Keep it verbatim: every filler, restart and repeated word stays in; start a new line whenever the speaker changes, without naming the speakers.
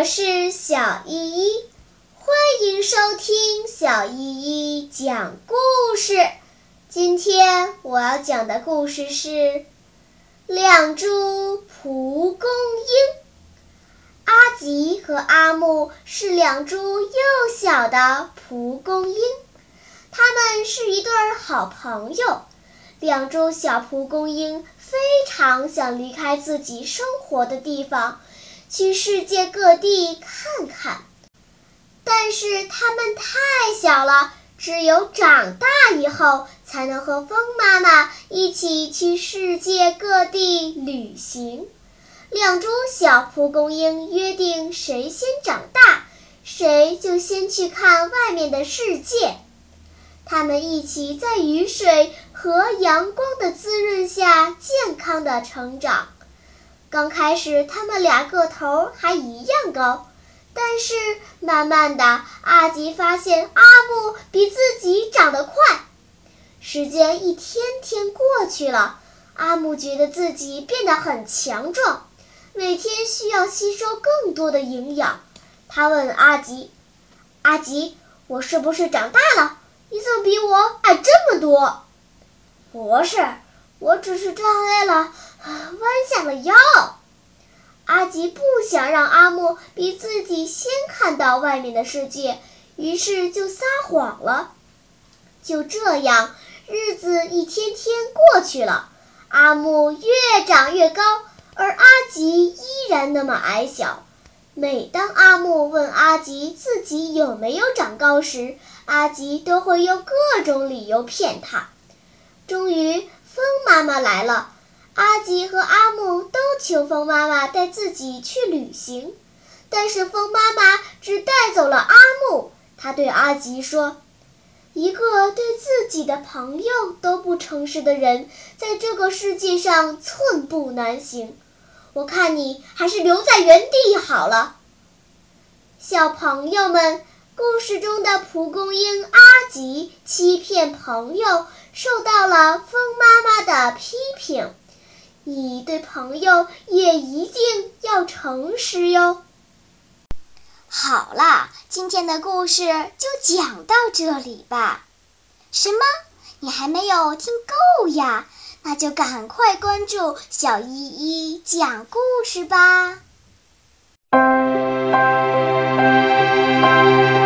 我是小依依，欢迎收听小依依讲故事。今天我要讲的故事是两株蒲公英。阿吉和阿木是两株幼小的蒲公英，他们是一对好朋友。两株小蒲公英非常想离开自己生活的地方，去世界各地看看，但是它们太小了，只有长大以后才能和风妈妈一起去世界各地旅行。两株小蒲公英约定，谁先长大，谁就先去看外面的世界。他们一起在雨水和阳光的滋润下健康的成长。刚开始他们俩个头还一样高，但是慢慢的，阿吉发现阿木比自己长得快。时间一天天过去了，阿木觉得自己变得很强壮，每天需要吸收更多的营养。他问阿吉：阿吉，我是不是长大了？你怎么比我矮这么多？不是，我只是站累了，弯下了腰。阿吉不想让阿木比自己先看到外面的世界，于是就撒谎了。就这样，日子一天天过去了，阿木越长越高，而阿吉依然那么矮小。每当阿木问阿吉自己有没有长高时，阿吉都会用各种理由骗他。终于，风妈妈来了，阿吉和阿木都求风妈妈带自己去旅行，但是风妈妈只带走了阿木。她对阿吉说：一个对自己的朋友都不诚实的人，在这个世界上寸步难行。我看你还是留在原地好了。小朋友们，故事中的蒲公英阿吉欺骗朋友，受到了风妈妈的批评。你对朋友也一定要诚实哟。
好啦，今天的故事就讲到这里吧。什么？你还没有听够呀？那就赶快关注小依依讲故事吧。